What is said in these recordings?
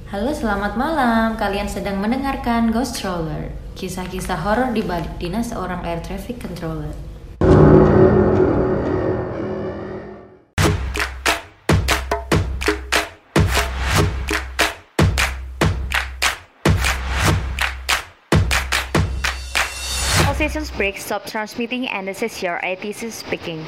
Halo, selamat malam. Kalian sedang mendengarkan Ghost Stroller, kisah-kisah horor di balik dinas seorang air traffic controller. All systems break, stop transmitting, and this is your ATC speaking.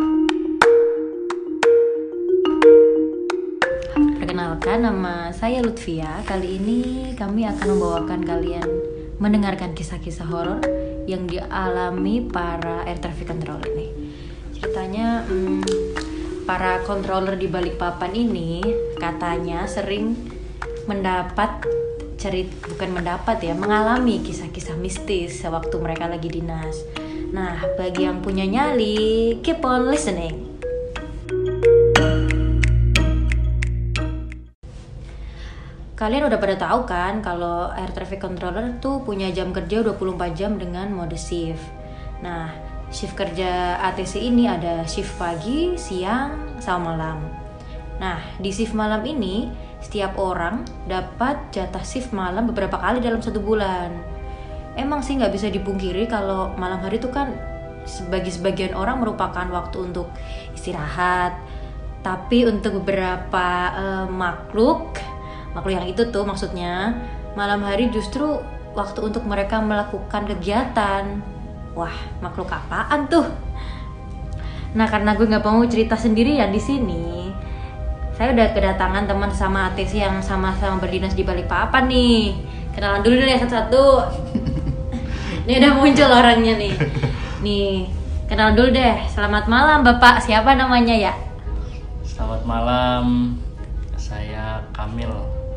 Perkenalkan, nama saya Lutfia. Kali ini kami akan membawakan kalian mendengarkan kisah-kisah horor yang dialami para air traffic controller nih. Ceritanya, para controller di Balikpapan ini katanya sering mengalami kisah-kisah mistis sewaktu mereka lagi dinas. Nah, bagi yang punya nyali, keep on listening. Kalian udah pada tahu kan kalau air traffic controller tuh punya jam kerja 24 jam dengan mode shift. Nah, shift kerja ATC ini ada shift pagi, siang, sama malam. Nah, di shift malam ini setiap orang dapat jatah shift malam beberapa kali dalam 1 bulan. Emang sih nggak bisa dipungkiri kalau malam hari itu kan bagi sebagian orang merupakan waktu untuk istirahat. Tapi untuk beberapa makhluk yang itu tuh maksudnya malam hari justru waktu untuk mereka melakukan kegiatan. Wah, makhluk apaan tuh? Nah, karena gue nggak mau cerita sendirian di sini, saya udah kedatangan teman sama ATC yang sama-sama berdinas di Balikpapan nih. Kenalan dulu deh satu-satu. Ini udah muncul orangnya nih. Nih, kenalan dulu deh. Selamat malam Bapak. Siapa namanya ya? Selamat malam. Saya Kamil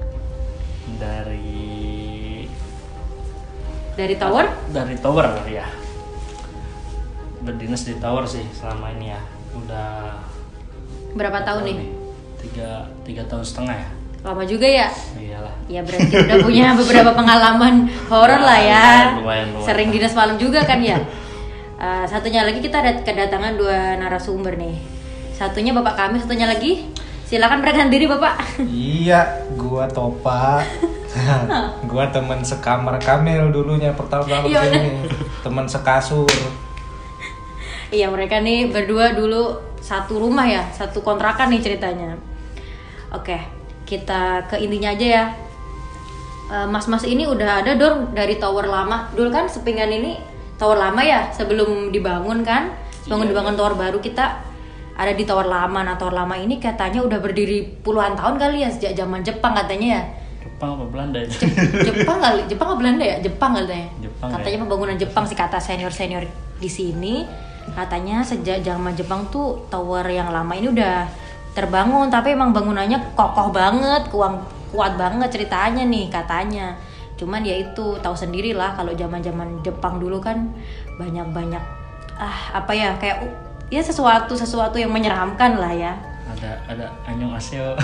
dari Tower? Dari Tower ya. Berdinas di Tower sih selama ini ya. Udah Berapa tahun nih? 3 tahun setengah ya. Lama juga ya? Iyalah. Ya berarti udah punya beberapa pengalaman horor lah ya. Lumayan. Sering dinas malam juga kan ya. Satunya lagi kita ada kedatangan 2 narasumber nih. Satunya Bapak kami, satunya lagi. Silakan perkenalkan diri Bapak. Iya, gua Topa. Gua teman sekamar Kamil dulunya pertama kali sini. Teman sekasur. Iya, mereka nih berdua dulu satu rumah ya, satu kontrakan nih ceritanya. Oke, kita ke intinya aja ya. Mas-mas ini udah ada dong dari tower lama. Dulu kan Sepinggan ini tower lama ya, sebelum dibangun kan. Dibangun tower baru, kita ada di tower lama. Nah, tower lama ini katanya udah berdiri puluhan tahun kali ya, sejak zaman Jepang katanya ya. Jepang apa Belanda? Jepang kali, Jepang apa Belanda ya? Jepang katanya. Katanya ya? pembangunan Jepang sih kata senior-senior di sini. Katanya sejak zaman Jepang tuh tower yang lama ini udah terbangun, tapi emang bangunannya kokoh banget, kuat banget ceritanya nih katanya. Cuman ya itu tahu sendirilah kalau zaman-zaman Jepang dulu kan banyak kayak ya sesuatu yang menyeramkan lah ya. Ada annyeonghaseyo.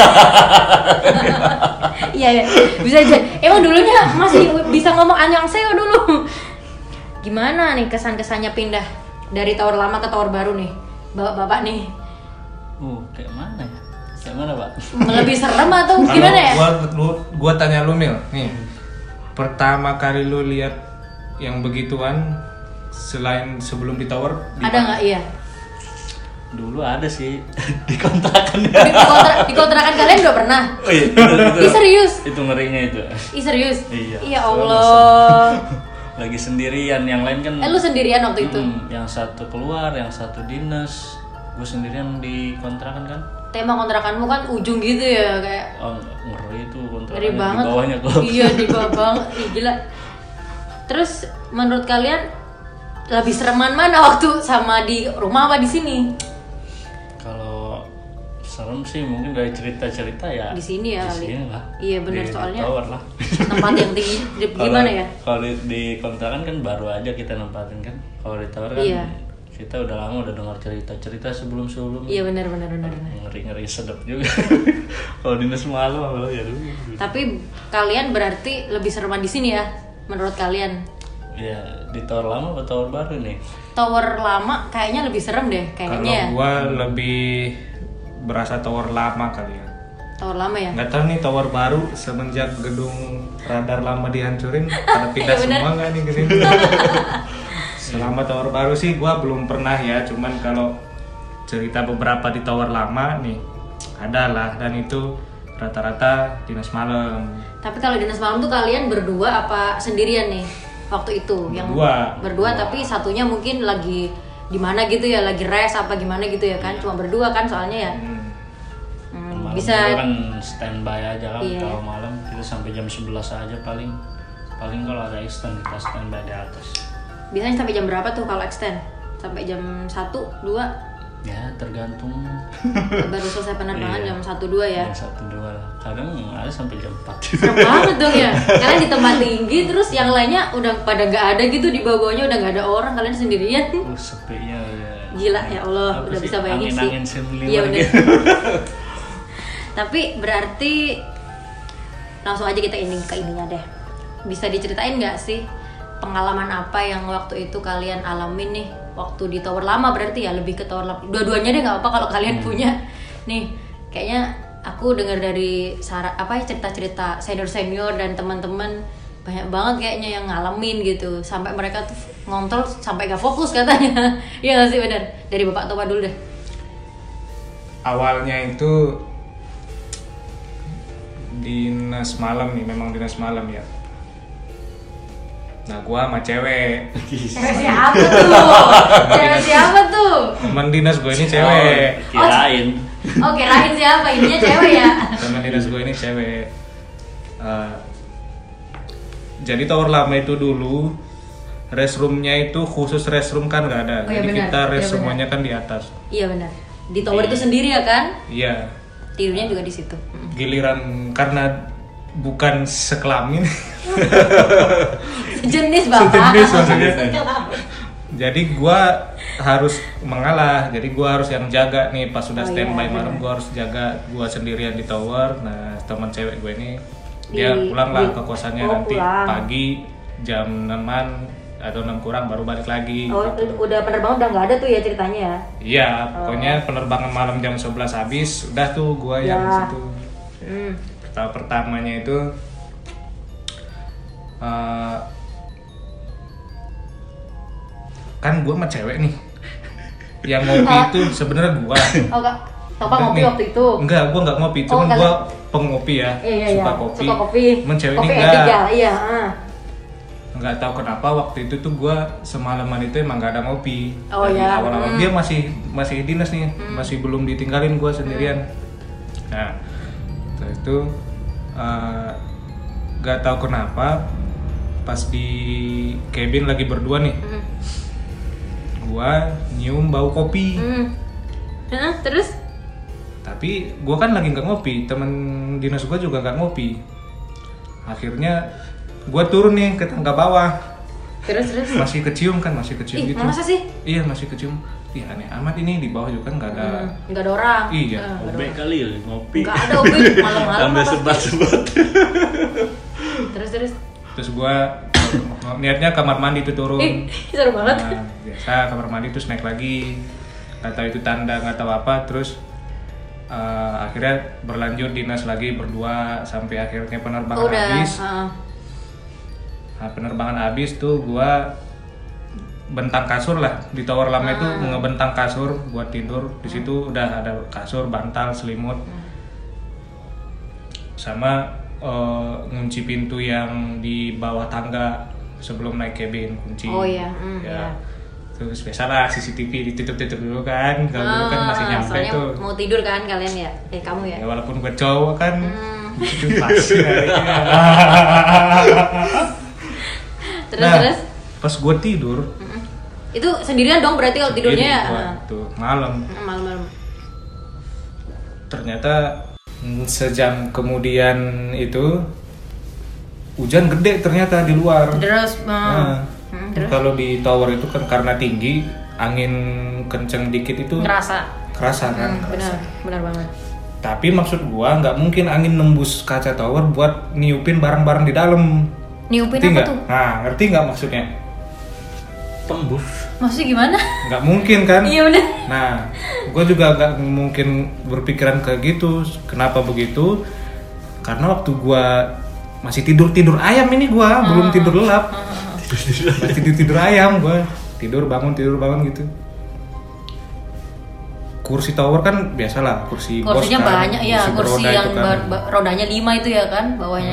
Iya, bisa aja. Emang dulunya masih bisa ngomong annyeonghaseyo dulu. Gimana nih kesan-kesannya pindah dari tower lama ke tower baru nih, bapak-bapak nih? Kayak mana ya? Kayak mana, Pak? Lebih serem atau gimana ya? Gua tanya lu Mil, nih. Pertama kali lu lihat yang begituan selain sebelum di tower Ada nggak? Iya. Dulu ada sih di kontrakan. Di kontrakan kalian udah pernah? Oh iya, Ih, serius? Itu ngerinya itu. Ih, serius? Iya. Ya Allah. Lagi sendirian, yang lain kan. Lu sendirian waktu itu? Yang satu keluar, yang satu dinas. Gue sendirian di kontrakan kan. Tema kontrakanmu kan ujung gitu ya, kayak. Oh, ngeri itu kontrakannya. Ngeri banget. Di bawahnya kok. Iya, di bawah banget. Ih, gila. Terus menurut kalian lebih sereman mana waktu sama di rumah apa di sini? Kalau serem sih mungkin dari cerita-cerita ya di sini ya. Di sini lah. Iya benar, soalnya di tower lah. tempat yang tinggi. Gimana ya? Kalau di kontrakan kan baru aja kita nempatin kan. Kalau di tower kan iya. Kita udah lama udah dengar cerita-cerita sebelum-sebelum. Iya benar. Ngeri-ngeri sedap juga. Kalau dinas malam apa ya dulu. Tapi kalian berarti lebih sereman di sini ya menurut kalian? Ya, di tower lama atau tower baru nih? Tower lama kayaknya lebih serem deh kayaknya. Kalau gua lebih berasa tower lama kali ya. Tower lama ya? Nggak tahu nih tower baru semenjak gedung radar lama dihancurin pada pindah Iya, bener. semua nggak nih ke sini? Selama tower baru sih gua belum pernah ya, cuman kalau cerita beberapa di tower lama nih ada lah, dan itu rata-rata dinas malam. Tapi kalau dinas malam tuh kalian berdua apa sendirian nih waktu itu? Berdua, tapi satunya mungkin lagi di mana gitu ya, lagi rest apa gimana gitu ya kan? Cuma berdua kan soalnya ya. Malam Bisa juga kan standby aja kan. Iya. Kalau malam kita sampai jam 11 aja paling kalau ada extend kita standby di atas. biasanya sampai jam berapa tuh kalau extend? Sampai jam 1, 2? Ya tergantung. Baru selesai penerbangan Iya. jam 1, 2 ya? Jam 1, 2 lah. Kadang ada sampai jam 4. Serem banget dong ya. Kalian di tempat tinggi terus yang lainnya udah pada nggak ada gitu, di bawah-bawahnya udah nggak ada orang, kalian sendirian. Sepinya ya. Gila ya Allah, Apa udah sih? bisa bayangin sih. Angin sembilan Iya bener. gitu. Tapi berarti langsung aja kita ke ininya deh. Bisa diceritain nggak sih pengalaman apa yang waktu itu kalian alamin nih waktu di tower lama, berarti ya lebih ke tower lama. Dua-duanya deh nggak apa kalau kalian punya. Nih, kayaknya aku dengar dari cerita-cerita senior-senior dan teman-teman banyak banget kayaknya yang ngalamin gitu, sampai mereka tuh ngontrol sampai gak fokus katanya. Iya nggak sih, benar? Dari Bapak Topa dulu deh. Awalnya itu dinas malam nih, memang dinas malam ya. Nah gua sama cewek, Cewek siapa tuh? Cewek siapa tuh? teman dinas gue ini cewek. Kirain. Oh, kirain siapa? Ininya cewek ya? Teman dinas gue ini cewek. Jadi tower lama itu dulu restroomnya itu khusus restroom kan nggak ada. Oh, iya Jadi benar, kita iya rest benar. semuanya kan di atas. Iya benar. Di tower itu sendiri ya kan? Iya. Tidurnya juga di situ. Giliran karena bukan sekelamin. Sejenis Bapak. Sejenis maksudnya. Jadi gua harus mengalah. Jadi gua harus yang jaga nih pas sudah Oh, standby iya, malam, benar. gua harus jaga. Gua sendirian di tower. Nah, teman cewek gue ini dia Di- pulang lah di- ke kosannya oh, nanti pulang. pagi jam 6-an atau 6 kurang baru balik lagi. Oh, gitu. udah penerbangan udah nggak ada tuh ya ceritanya ya? Iya, pokoknya penerbangan malam jam 11 habis, udah tuh gua yang Ya. situ. Hmm. Pertamanya itu kan gua sama cewek nih. Yang ngopi itu sebenarnya gua. Oh, Kak. Topa Udah ngopi nih. waktu itu. Enggak, gua nggak ngopi, cuman kalian- gua pengopi ya. Iya, suka iya. kopi. Suka kopi. Cuman cewek Kopi ini etik enggak. ya, iya. Nggak tahu kenapa waktu itu tuh gua semalaman itu emang nggak ada ngopi. Oh, Dari ya. awal-awal dia masih dinas nih, masih belum ditinggalin gua sendirian. Nah, setelah itu nggak tahu kenapa pas di cabin lagi berdua nih, gua nyium bau kopi. Terus? Tapi gua kan lagi nggak ngopi, temen dinas gua juga nggak ngopi. Akhirnya gua turun nih ke tangga bawah, Terus? masih kecium Ih, gitu. masa sih? Iya masih kecium. Ih aneh amat ini, di bawah juga kan nggak ada. Nggak ada orang. Iya. Nggak ada Obe orang. kali ya, ngopi. Nggak ada Obe, malam-malam. Sampai apa? sebat-sebat. Terus? Terus gua niatnya kamar mandi tuh turun. Ih, seru banget. Nah, biasa kamar mandi terus naik lagi. Nggak tahu itu tanda nggak tahu apa. Terus akhirnya berlanjut dinas lagi berdua sampai akhirnya penerbangan Udah. habis. heeh. Nah, penerbangan habis tuh gua bentang kasur lah di tower lama itu, ngebentang kasur buat tidur. Di situ udah ada kasur, bantal, selimut. Sama ngunci pintu yang di bawah tangga sebelum naik cabin, kunci. Oh, iya. Ya. Iya. Terus biasalah CCTV ditutup-tutup dulu kan. Kalau dulu kan masih nyampe soalnya tuh. mau tidur kan kalian ya? Kamu ya? Ya walaupun gue cowok kan itu pasti Terus? pas gue tidur Itu sendirian dong berarti kalau tidurnya ya? gua tuh malam, Malam-malam. ternyata sejam kemudian itu hujan gede ternyata di luar. Terus? Nah, Terus? kalau di tower itu kan karena tinggi, angin kenceng dikit itu Ngerasa? kerasa kan. Benar banget. Tapi maksud gua nggak mungkin angin nembus kaca tower buat niupin barang-barang di dalam. Niupin Ngerti apa nggak? tuh? Nah, ngerti nggak maksudnya? tembus. Maksudnya gimana? Nggak mungkin kan? Iya bener. Nah, gue juga nggak mungkin berpikiran kayak gitu. Kenapa begitu? Karena waktu gue masih tidur ayam ini gue belum tidur lelap. Masih tidur ayam gue, tidur bangun gitu. Kursi tower kan biasalah, kursinya bos kan, banyak ya, kursi beroda yang itu kan. rodanya 5 itu ya kan bawahnya.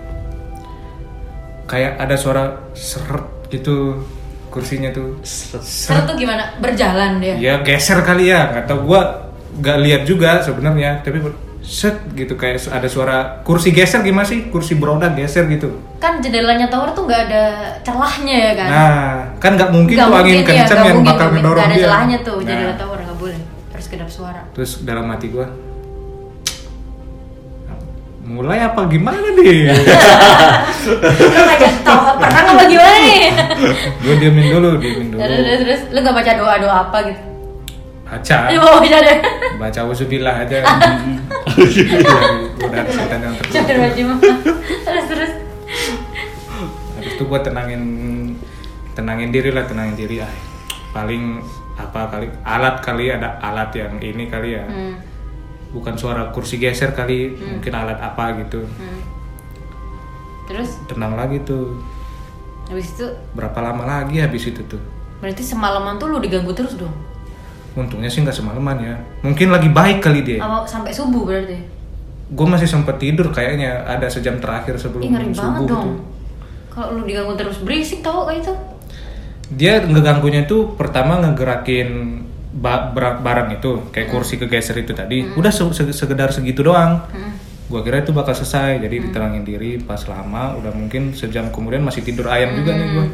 Kayak ada suara seret gitu kursinya tuh. Seret tuh gimana? Berjalan dia. Ya geser kali ya, nggak tahu gue nggak lihat juga sebenarnya, tapi set gitu kayak ada suara kursi geser gimana sih? Kursi beroda geser gitu. Kan jendelanya tower tuh nggak ada celahnya ya kan? Nah, kan nggak mungkin tuh angin kencang yang bakal ngedorong dia. Nggak ada dia. celahnya tuh, Nah, jendela tower nggak boleh. Harus kedap suara. terus dalam hati gue, mulai apa gimana nih? Lu ngajak tahu pernah nggak gimana nih? Gue diemin dulu. Terus lu nggak baca doa gitu? Baca, Lu mau baca deh. baca usubillah aja. Udah setan yang Jangan terkutuk. baca mah. Terus. Habis itu gue tenangin diri. Paling apa kali ada alat yang ini kali ya. Bukan suara kursi geser kali, mungkin alat apa gitu. Terus Tenang lagi tuh. habis itu Berapa lama lagi habis itu tuh? berarti semalaman tuh lu diganggu terus dong? Untungnya sih nggak semalaman ya. Mungkin lagi baik kali dia. Apa sampai subuh berarti? Gue masih sempet tidur kayaknya, ada sejam terakhir sebelum Ih, ngeri banget subuh dong. gitu. Kalau lu diganggu terus berisik tau kayak itu. Dia ngeganggunya tuh pertama ngegerakin barang itu kayak kursi kegeser itu tadi. Udah sekedar segitu doang. Gua kira itu bakal selesai, jadi diterangin diri. Pas lama udah mungkin sejam kemudian masih tidur ayam juga nih gua.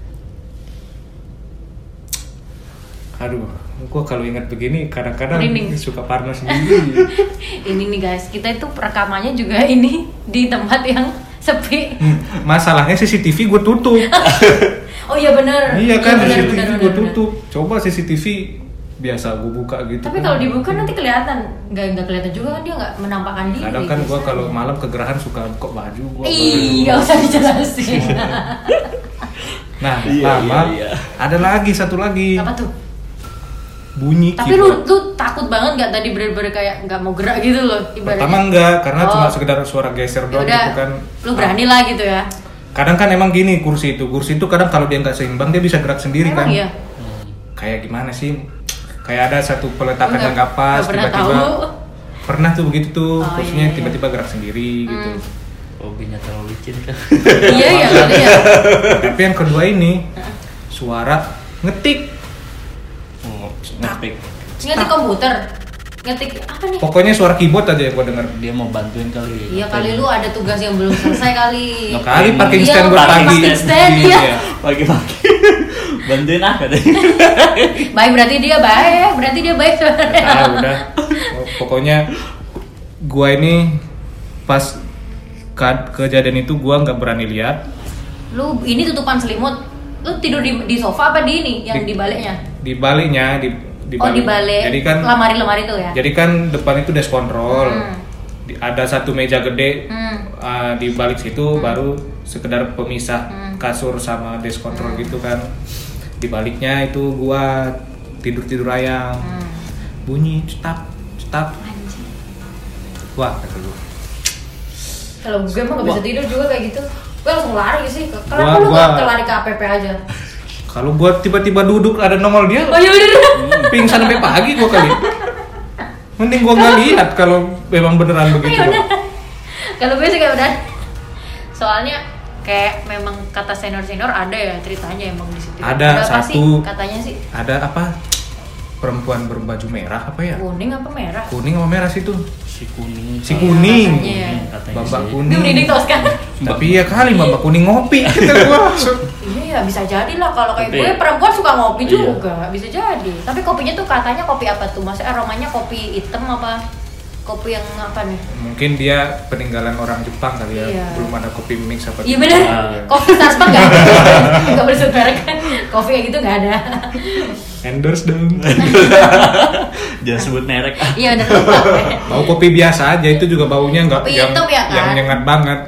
Aduh, gua kalau ingat begini kadang-kadang Merinding. suka parno sendiri. Ini nih guys, kita itu rekamannya juga ini di tempat yang sepi. Masalahnya CCTV gue tutup. Oh iya benar. Iya kan, benar, CCTV benar, gue benar. tutup. Coba CCTV biasa gue buka gitu. Tapi kan. kalau dibuka nanti kelihatan. Nggak kelihatan juga kan, dia nggak menampakkan diri. Kadang kan gue Bisa. kalau malam kegerahan suka buka baju gue. Iya, usah dijelasin. Nah, Iya, lama iya. ada lagi satu lagi Apa tuh? bunyi Tapi keyboard. lu takut banget nggak tadi bener-bener kayak nggak mau gerak gitu loh ibaratnya. Pertama enggak, karena Oh. cuma sekedar suara geser doang Yaudah, gitu kan. lu berani lah gitu ya. Kadang kan emang gini kursi itu kadang kalau dia nggak seimbang dia bisa gerak sendiri Emang kan. iya. Kayak gimana sih? Kayak ada satu peletakan Lu yang nggak pas, nggak pernah tiba-tiba tahu. pernah tuh begitu tuh, Oh, kursinya iya, iya. tiba-tiba gerak sendiri gitu. Hobinya terlalu licin kan. Iya ya kali ya. Tapi yang kedua ini suara ngetik. Ngetik. Ngetik komputer. Ngetik apa nih? Pokoknya suara keyboard aja yang gua denger. Dia mau bantuin kali. Iya kali lu ada tugas yang belum selesai kali. Nah, kali parking Iya, stand buat parking pagi. stand, iya. Pagi-pagi. Bantuin apa deh? Baik berarti dia baik sebenarnya. Ah, udah. Pokoknya gua ini pas kejadian itu gua nggak berani lihat. Lu ini tutupan selimut. Lu tidur di sofa apa di ini yang di baliknya? Di baliknya Oh di balik. Jadi kan lemari-lemari tuh ya. Jadi kan depan itu desk control. Ada satu meja gede di balik situ baru sekedar pemisah kasur sama desk control gitu kan. Di baliknya itu gua tidur ayam. Bunyi cetak. Wah, kata gua. Kalau gue emang gak bisa tidur juga kayak gitu. Gue langsung lari sih. Kenapa lu Gua- gak lari ke APP aja? Kalau gua tiba-tiba duduk ada nongol dia, Oh yaudah. pingsan sampai pagi gua kali. Mending gua nggak lihat kalau memang beneran begitu. Yaudah. Kalau gue sih kayak udah. Soalnya kayak memang kata senior ada ya ceritanya emang di situ. Ada apa sih satu- katanya sih? Ada apa? Perempuan berbaju merah apa ya? Kuning apa merah? Kuning apa merah sih tuh? Si kuning. Si kuning. Katanya ya. Katanya Babak sih. Dia kuning. merinding tos kan? Tapi ya kali babak kuning ngopi kita gua. Iya ya bisa jadi lah kalau kayak Tapi- gue perempuan suka ngopi Iya. juga bisa jadi. Tapi kopinya tuh katanya kopi apa tuh? Maksudnya aromanya kopi hitam apa kopi yang apa nih? Mungkin dia peninggalan orang Jepang kali ya. Iya. Belum ada kopi mix apa Iya gitu. bener. Ah. Kopi Starbucks nggak ada. Nggak boleh sebut merek kan? Kopi kayak gitu nggak ada. Endorse dong. Jangan sebut merek. Iya udah lupa. Bau kopi biasa aja itu juga baunya nggak Kopi hitam ya kan? yang nyengat banget.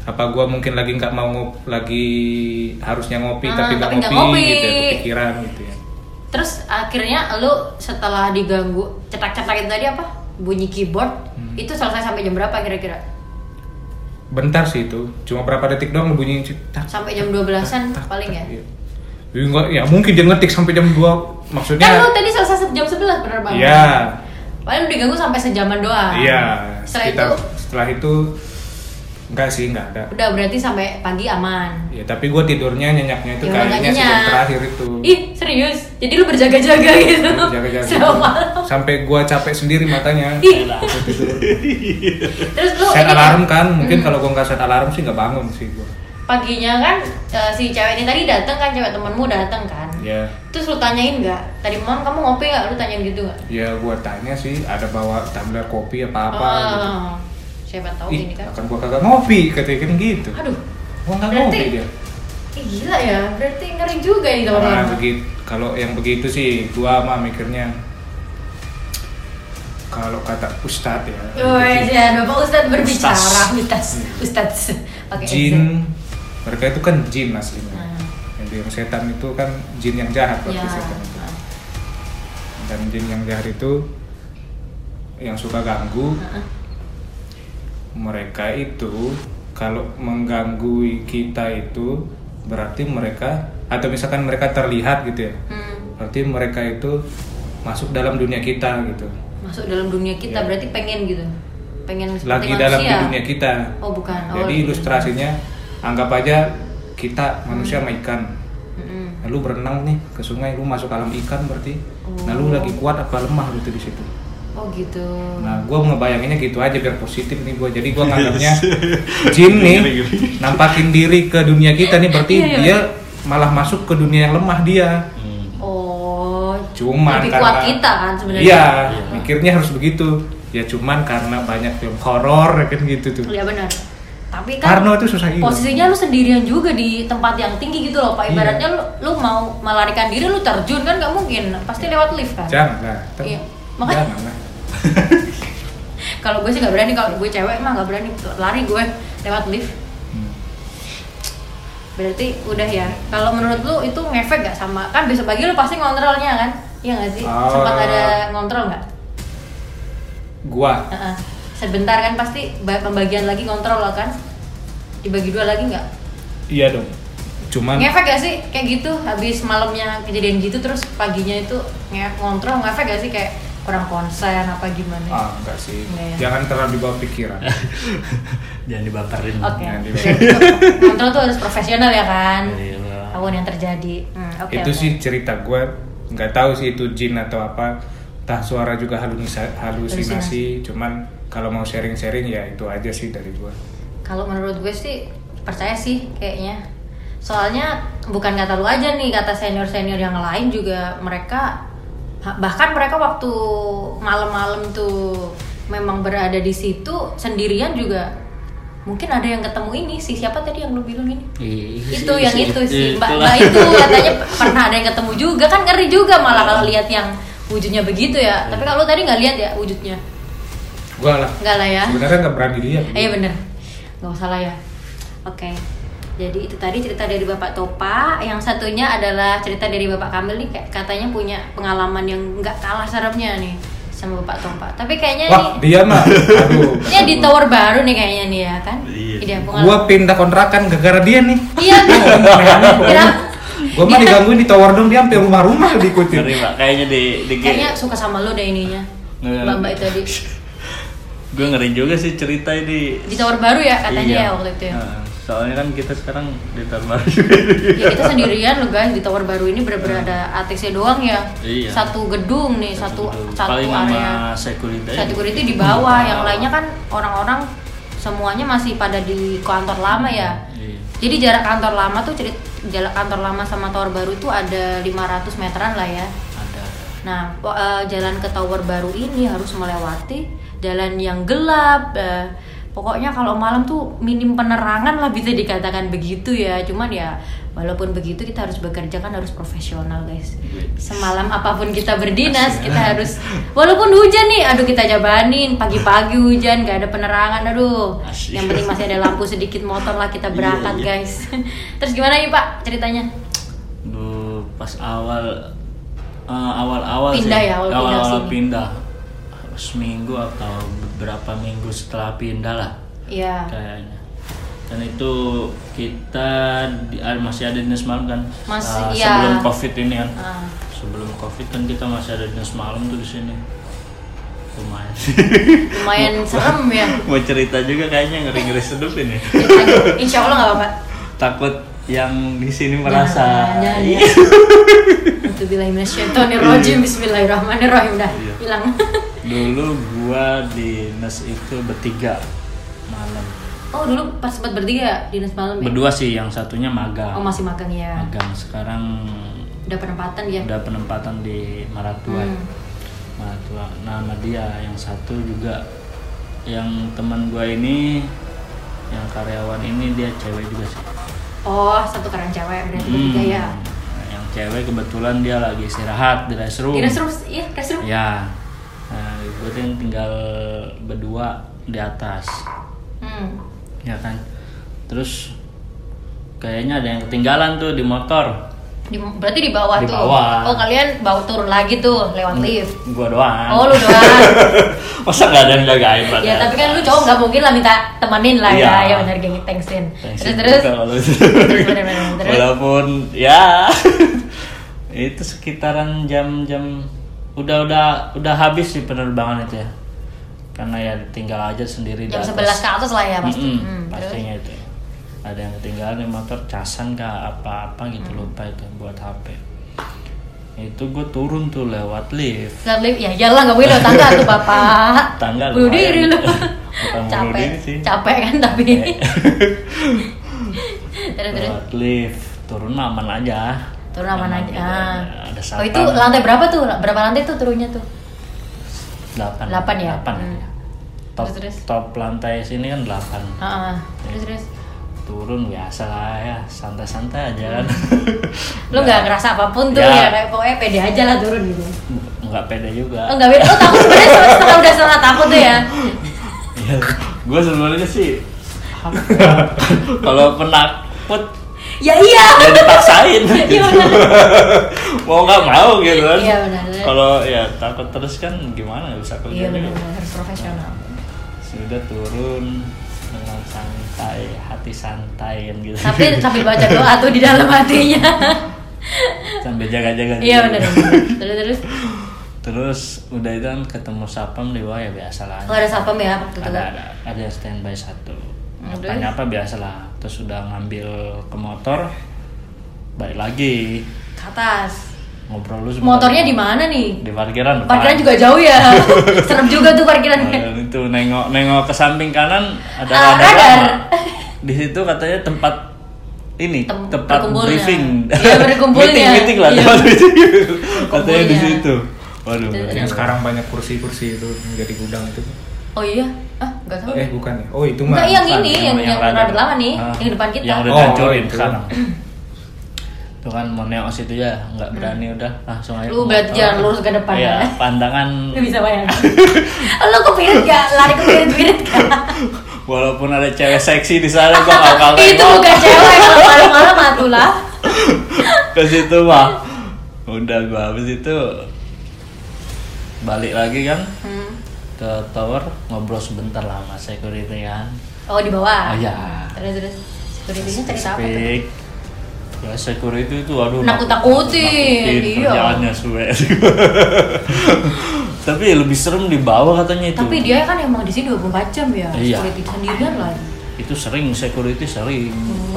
Apa gua mungkin lagi nggak mau lagi harusnya ngopi tapi nggak tapi nggak ngopi, ngopi. gitu ya, kepikiran gitu ya. Terus akhirnya lu setelah diganggu cetak-cetak itu tadi apa? Bunyi keyboard, itu selesai sampai jam berapa kira-kira? Bentar sih itu, cuma berapa detik doang bunyi cetak. Sampai jam 12-an paling ya? Iya. Enggak, ya mungkin dia ngetik sampai jam 2, maksudnya. Kan lu tadi selesai jam 11 bener banget. Iya. Paling lu diganggu sampai sejaman doang. Iya. Setelah Setelah itu enggak sih, enggak ada. udah berarti sampai pagi aman. Ya, tapi gue tidurnya nyenyaknya itu Ya, kayaknya nyenyak. sebelum terakhir itu. Ih, serius? Jadi lu berjaga-jaga gitu? Jaga-jaga. Selama malam? Sampai gue capek sendiri matanya. Ih. Waktu tidur. Terus lu Set ini alarm kan, mungkin kalau gue nggak set alarm sih nggak bangun sih gue. paginya kan si cewek ini tadi datang kan, cewek temenmu datang kan? Ya, Terus lu tanyain nggak? Tadi malam kamu ngopi nggak? Lu tanyain gitu nggak? ya gue tanya sih ada bawa tumbler kopi apa gitu. Siapa tahu Ih, ini kan? kan gue kagak ngopi, katanya kan gitu. Aduh, Gue nggak berarti- ngopi dia. ih gila ya. Berarti ngeri juga nih Nah, teman-teman. begitu. Kalau yang begitu sih, gue mah mikirnya kalau kata ustadz ya. Woi, ya, Bapak Ustadz berbicara, Ustaz. Ustadz pakai Jin, mereka itu kan jin aslinya. Hmm. Yang setan itu kan jin yang jahat Ya. berarti setan itu. Dan jin yang jahat itu yang suka ganggu. Mereka itu kalau mengganggu kita itu berarti mereka, atau misalkan mereka terlihat gitu ya, berarti mereka itu masuk dalam dunia kita gitu. Masuk dalam dunia kita Ya. berarti pengen gitu. Pengen seperti Lagi manusia. dalam di dunia kita. Oh, bukan. Oh, Jadi gitu. ilustrasinya anggap aja kita manusia sama ikan. Mm-mm. Nah, lu berenang nih ke sungai, lu masuk alam ikan berarti. Nah, Oh. lu lagi kuat apa lemah lu tuh di situ. Oh gitu. Nah, gua ngebayanginnya gitu aja biar positif nih gua. Jadi gua nganggapnya jin nih nampakin diri ke dunia kita nih berarti Iya, iya. dia malah masuk ke dunia yang lemah dia. Oh. Cuman lebih karena kuat kita kan sebenarnya. Iya, mikirnya harus begitu. Ya cuman karena banyak film horor kan gitu tuh. Iya benar. Tapi kan Parno itu susah hidup. posisinya lu sendirian juga di tempat yang tinggi gitu loh Pak. Iya. Ibaratnya lu mau melarikan diri lu terjun kan nggak mungkin. Pasti lewat lift kan. Jangan lah. Iya. Makanya Jangan lah. kalau gue sih nggak berani, kalau gue cewek mah nggak berani lari gue lewat lift. Hmm. Berarti udah ya. Kalau menurut lu itu ngefek gak sama, kan besok pagi lu pasti ngontrolnya kan? Iya nggak sih? Oh. Sempat ada ngontrol nggak? Gua Heeh. Sebentar kan pasti pembagian lagi ngontrol lo kan? Dibagi dua lagi nggak? iya dong. Cuman Ngefek gak sih kayak gitu? Habis malamnya kejadian gitu terus paginya itu ngontrol, ngefek gak sih kayak kurang konsen apa gimana? enggak sih. Enggak ya? Jangan terlalu dibawa pikiran. Jangan dibaperin. Oke. Nah, di- Jadi ngontrol tuh harus profesional ya kan? Iya. Apapun yang terjadi. Oke. Itu oke. sih cerita gue, nggak tahu sih itu jin atau apa. Entah suara juga halusinasi. Cuman kalau mau sharing-sharing ya itu aja sih dari gue. Kalau menurut gue sih percaya sih kayaknya. Soalnya bukan kata lu aja nih, kata senior-senior yang lain juga mereka bahkan mereka waktu malam-malam tuh memang berada di situ sendirian juga. Mungkin ada yang ketemu ini sih, siapa tadi yang lu bilang ini? Itu yang itu sih, Mbak itu katanya pernah ada yang ketemu juga, kan ngeri juga malah kalau lihat yang wujudnya begitu ya. Tapi kalau lu tadi nggak lihat ya wujudnya? Gue lah. Nggak lah ya. Sebenarnya nggak berani lihat. Iya bener, nggak usah lah ya. Oke, jadi itu tadi cerita dari Bapak Topa. Yang satunya adalah cerita dari Bapak Kamil nih, kayak katanya punya pengalaman yang nggak kalah seremnya nih sama Bapak Topa. Tapi kayaknya Wah, nih, dia mah. Aduh. dia di tower baru nih kayaknya nih ya kan? Iya. Dia Gue pindah kontrakan gara-gara dia nih. Iya. Kenapa? Gue mah digangguin di tower dong, dia hampir rumah-rumah diikutin. Ngeri Pak, kayaknya di Kayaknya suka sama lo deh ininya. Mbak itu tadi gue ngeri juga sih cerita ini. di tower baru ya katanya Iya. ya waktu itu ya. Nah, soalnya kan kita sekarang di tower baru juga. Ya kita sendirian loh guys di tower baru ini bener-bener ada ATC doang ya. Iya. Satu gedung nih, satu Paling area. sama security. Security di bawah, yang lainnya kan orang-orang semuanya masih pada di kantor lama ya. Iya. Jadi jarak kantor lama tuh jarak kantor lama sama tower baru itu ada 500 meteran lah ya. Ada. Nah, jalan ke tower baru ini harus melewati jalan yang gelap, Pokoknya kalau malam tuh minim penerangan lah bisa dikatakan begitu ya. Cuman ya walaupun begitu kita harus bekerja kan harus profesional guys. Semalam apapun kita berdinas kita harus, walaupun hujan nih, aduh kita jabanin. Pagi-pagi hujan gak ada penerangan, aduh. Yang penting masih ada lampu sedikit motor lah kita berangkat guys. Terus gimana nih Pak ceritanya? Pas awal Pindah sih. ya, awal pindah seminggu atau beberapa minggu setelah pindah lah Iya. kayaknya. Dan itu kita masih ada dinas malam kan. Masih, iya. Sebelum covid ini kan. Sebelum Covid kan kita masih ada dinas malam tuh di sini. Lumayan serem ya. Mau cerita juga kayaknya ngeri-ngeri sedep ini. Insya Allah nggak apa-apa. Takut yang di sini merasa. Jangan. Bismillahirrahmanirrahim. Bismillahirrahmanirrahim. Udah hilang. Dulu gua dinas itu bertiga malam. Oh dulu pas sempat bertiga dinas malam ya? Berdua sih, yang satunya magang. Oh masih magang ya. Magang sekarang Udah penempatan ya? udah penempatan di Maratua. Maratua. Nah, sama dia yang satu juga, yang teman gua ini, yang karyawan ini dia cewek juga sih. Oh satu karang cewek berarti bertiga ya? Yang cewek kebetulan dia lagi istirahat di restroom. Di restroom? Iya restroom? Ya. Nah, gue tuh yang tinggal berdua di atas. Ya kan. Terus kayaknya ada yang ketinggalan tuh di motor. Berarti di bawah Di tuh? bawah. Oh kalian bawa turun lagi tuh lewat lift? Gua doang. Oh lu doang? Masa gak ada yang jagain pada? Ya tapi kan lu cowok gak mungkin lah minta temenin lah Iya. ya benar geng thanksin. Thanksin Terus juga kalau itu. Terus. Walaupun ya itu sekitaran jam-jam udah habis sih penerbangan itu ya. Karena ya tinggal aja sendiri jam di 11 atas. ke atas lah ya pasti. Pastinya itu. Ada yang ketinggalan di motor, casan kah apa-apa gitu, lupa itu buat HP. Itu gue turun tuh lewat lift. Lewat lift ya iyalah nggak boleh lewat tangga tuh bapak. Tangga bunuh lumayan. diri lu. Bukan bunuh Capek, diri sih. capek kan tapi. Terus. Lewat lift, turun aman aja. Turun aman aja. Ada Oh itu lantai berapa tuh? Berapa lantai tuh turunnya tuh? 8 ya? 8 Terus. top lantai sini kan 8. Terus. Turun biasa lah ya, santai-santai aja kan. Lu nggak ngerasa apapun tuh ya, kayak pokoknya pede aja lah turun gitu. Nggak pede juga. Oh nggak pede, oh takut sebenarnya udah setengah takut tuh ya. Iya, gue sebenarnya sih kalau penakut ya iya. ya dipaksain. Iya benar. Mau nggak mau gitu kan. Iya benar. Kalau ya takut terus kan gimana, nggak bisa kerja. Iya juga. benar, harus profesional. Sudah turun dengan santai, hati santai kan gitu. Tapi sambil baca doa tuh di dalam hatinya. Sambil jaga-jaga. Iya benar. Terus udah itu kan ketemu sapam di bawah ya biasa lah. Oh ada sapam ya waktu itu. Ada standby satu. Terus? Tanya apa biasa lah. Terus udah ngambil ke motor, balik lagi Ke atas. ngobrol lu sebentar. Motornya di mana nih? Di parkiran. Parkiran juga jauh ya. Serem juga tuh parkirannya. Dan itu nengok ke samping kanan ada radar. Di situ katanya tempat ini tempat berkumpulnya. briefing. Iya, berkumpulnya. meeting lah, Iya. tempat meeting. Katanya Berkumpulnya. di situ. Waduh. Yang sekarang banyak kursi-kursi itu menjadi gudang itu. Oh iya? Nggak tahu. Bukan ya? Oh itu mah. Enggak yang bukan. ini, yang radar. rada lama nih, yang depan kita. Yang udah Oh, hancurin itu. sekarang. Itu kan mau neok situ ya, nggak berani udah langsung aja. Lu ke berarti motor. jangan lurus ke depan Iya, ya. pandangan. Lu bisa bayangin. Lu kepirit gak? Lari kepirit-pirit gak? Walaupun ada cewek seksi di sana, gua nggak bakal Itu nengok. bukan cewek, kalau malam-malam atulah. Ke situ mah. Udah gua habis itu balik lagi kan ke tower, ngobrol sebentar lah sama security kan. Oh di bawah? Oh iya. Terus security-nya cerita apa tuh? Speak. Ya security itu aduh Nakut-nakutin, iya. kerjaannya suwe. Tapi lebih serem di bawah katanya itu. Tapi dia kan emang di sini 24 jam ya, Iya. security sendirian lah. Itu sering security sering.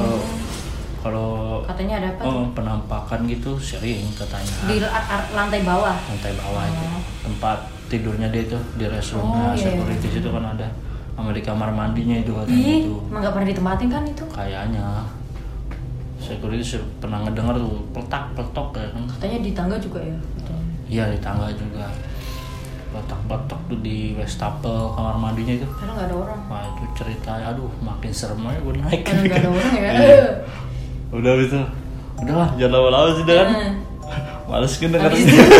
Kalau Katanya ada apa tuh? penampakan gitu sering katanya. Di lantai bawah. Lantai bawah itu tempat tidurnya dia itu di restroomnya Oh, iya. security itu kan ada, sama di kamar mandinya itu katanya Ih, itu. emang gak pernah ditempatin kan itu? Kayaknya security pernah ngedenger tuh peletak-peletok ya kan. Katanya di tangga juga ya. Iya di tangga juga. batak-batak tuh di wastafel kamar mandinya itu. Karena nggak ada orang. Wah itu ceritanya, aduh makin serem aja gue naik. Karena nggak ada orang ya. Udah gitu, udahlah jangan lama-lama sih kan. Males kan denger.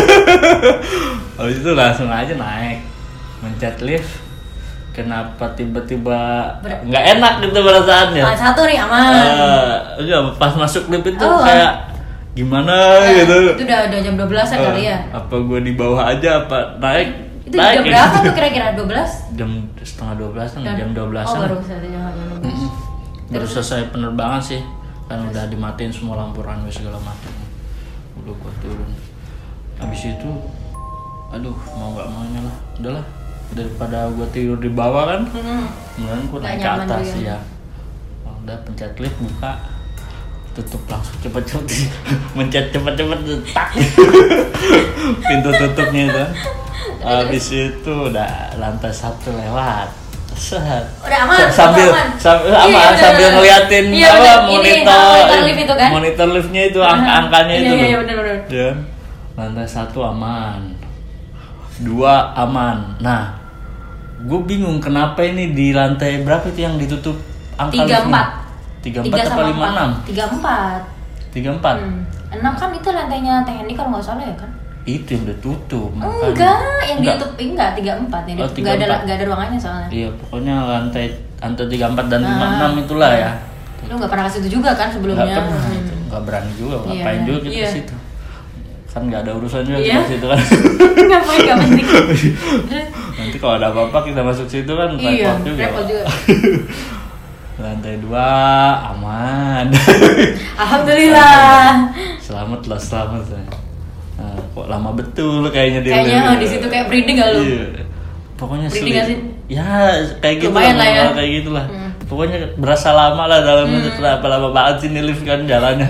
Habis itu langsung aja naik, mencet lift. Kenapa tiba-tiba nggak enak gitu perasaannya? Satu nih aman. Enggak, pas masuk lift itu kayak gimana gitu. Itu udah jam 12-an kali ya. Apa gue di bawah aja apa naik? Itu naik, jam berapa tuh kira-kira? 12? Jam setengah 12 kan, jam 12-an. Oh baru selesai jam 12. Baru selesai penerbangan sih. Kan udah dimatiin semua lampu runway segala macam. Udah gua turun. Habis itu aduh mau nggak maunya lah. Udahlah daripada gua tidur di bawah kan. Kemudian gua naik ke atas ya. Udah pencet lift buka. Tutup langsung cepet-cepet. Mencet cepet-cepet tak. Pintu tutupnya itu. Habis itu udah lantai 1 lewat. Set. Udah aman. Sambil ngeliatin monitor lift itu kan. Monitor liftnya itu angka-angkanya itu. Iya benar. Ya. Lantai 1 aman. 2 aman. Nah, gue bingung kenapa ini di lantai berapa itu yang ditutup angka 34 apa 56 34 6 kan itu lantainya teknik kalau nggak salah ya kan. Itu yang udah tutup. Enggak, yang ditutup enggak 34 nih. Enggak ada ruangannya soalnya. Iya, pokoknya lantai 34 dan 56 itulah ya. Lu enggak pernah ke situ juga kan sebelumnya? Enggak pernah, enggak berani juga, ngapain juga kita ke situ. Kan enggak ada urusan juga kita ke situ kan. Ngapain enggak penting. Nanti kalau ada apa-apa kita masuk situ kan repot juga. Repot juga. Lantai 2 aman. Alhamdulillah. Selamat saya. Nah, kok lama betul kayaknya di situ kayak breeding gak lu? Iya. Pokoknya breeding gak sih? Ya kayak gitu lumayan lah ya. Kayak gitulah. Pokoknya berasa lama lah dalamnya. Kenapa lama banget sih nih lift kan jalannya.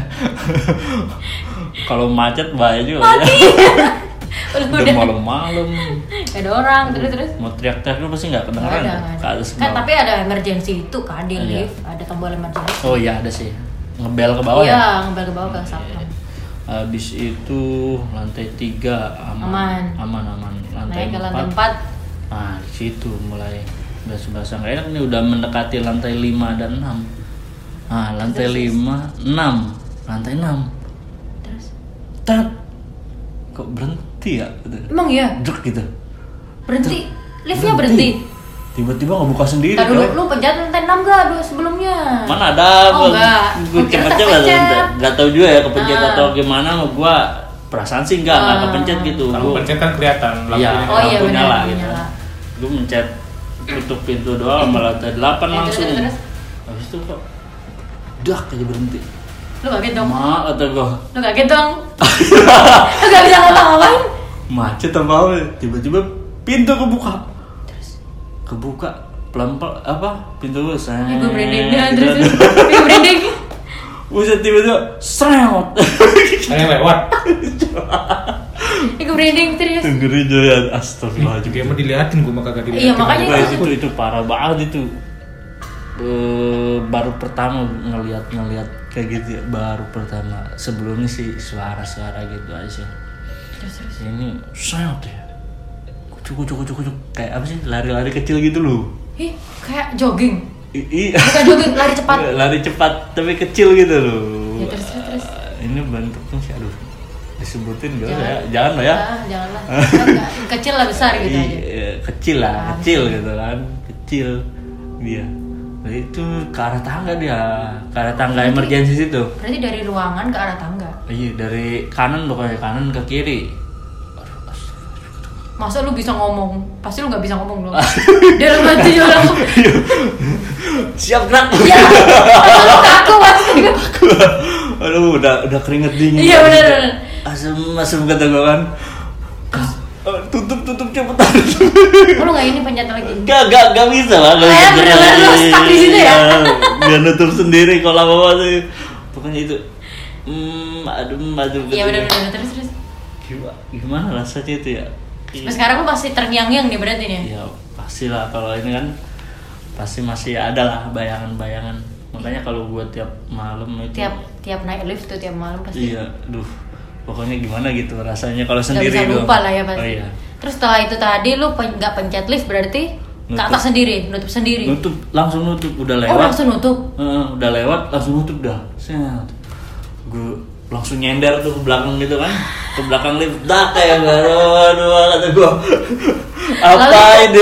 Kalau macet bahaya juga. Mati. Udah malam-malam. Gak ada orang terus. Mau teriak-teriak lu pasti nggak kedengeran. Kan tapi ada emergency itu kan di lift, ada tombol emergency. Oh iya ada sih. Ngebel ke bawah ya? Iya, ngebel ke bawah ke satpam. Habis itu lantai 3 aman. Lantai naik ke lantai 4. Nah, di situ mulai udah sebasa nggak enak nih, udah mendekati lantai 5 dan 6. Nah, lantai 5, 6. Lantai 6. Terus? Kok berhenti ya? Emang iya? Duk gitu. Berhenti? Liftnya berhenti? Tiba-tiba nggak buka sendiri. Tadi lu pencet lantai 6 gak sebelumnya? Mana ada? Oh enggak. Gue cepet-cepet nggak tahu juga ya kepencet atau gimana. Gue perasaan sih nggak kepencet gitu. Kalau pencet kan kelihatan lampu nyala gitu. Gue mencet tutup pintu doang malah lantai 8 langsung. Habis itu kok dak aja berhenti. Lu kaget dong? Kata gue. Lu kaget dong? Lu gak bisa ngapa-ngapain? Macet apa? Tiba-tiba pintu kebuka. Kebuka pelan-pelan pintu gue saya. Gue branding terus. Gue branding. Buset tiba-tiba sreot. Saya lewat. Gue branding terus. Ngeri ya, astagfirullah. Juga emang diliatin, gue mah kagak diliatin. Iya makanya itu parah banget itu. Baru pertama ngelihat kayak gitu ya, baru pertama. Sebelumnya sih suara-suara gitu aja. Terus. Ini sreot ya. Kucuk kayak apa sih, lari-lari kecil gitu loh. Kayak jogging. Bukan jogging, lari cepat. Lari cepat tapi kecil gitu loh. Ya terus. Ini bentuknya sih aduh. Disebutin gak ya? Jangan lah ya. Janganlah. Kecil lah besar gitu aja. Kecil gitu kan. Kecil dia. Nah, itu ke arah tangga dia. Ke arah tangga emergensi situ. Berarti dari ruangan ke arah tangga. Iya, dari kanan pokoknya, kanan ke kiri. Masa lu bisa ngomong? Pasti lu gak bisa ngomong dong. Dalam hati orang. Siap gerak. Iya. Lu kaku pasti. Aduh, udah keringet dingin. Iya benar. Asem kata gue kan. Tutup cepetan. Lu gak ini pencet lagi? Gak bisa lah. Bener-bener lu stuck di situ ya? Gak nutup sendiri kalau lama-lama tuh. Pokoknya itu. Aduh. Iya benar terus. Gimana rasanya itu ya? Sekarang lu masih terngiang-ngiang nih berarti nih? Iya pastilah, kalau ini kan pasti masih ada lah bayangan-bayangan. Makanya kalau gue tiap malam itu tiap naik lift tuh tiap malam pasti. Iya, pokoknya gimana gitu rasanya kalau sendiri. Gak bisa lupa lah ya pasti. Oh iya. Terus setelah itu tadi lu nggak pencet lift berarti ke atas sendiri, nutup sendiri. Langsung nutup, udah lewat. Oh langsung nutup. Udah lewat, langsung nutup dah. Gue langsung nyender tuh ke belakang gitu kan, ke belakang lift. Dah kayak aduh kata gue. Apa ini?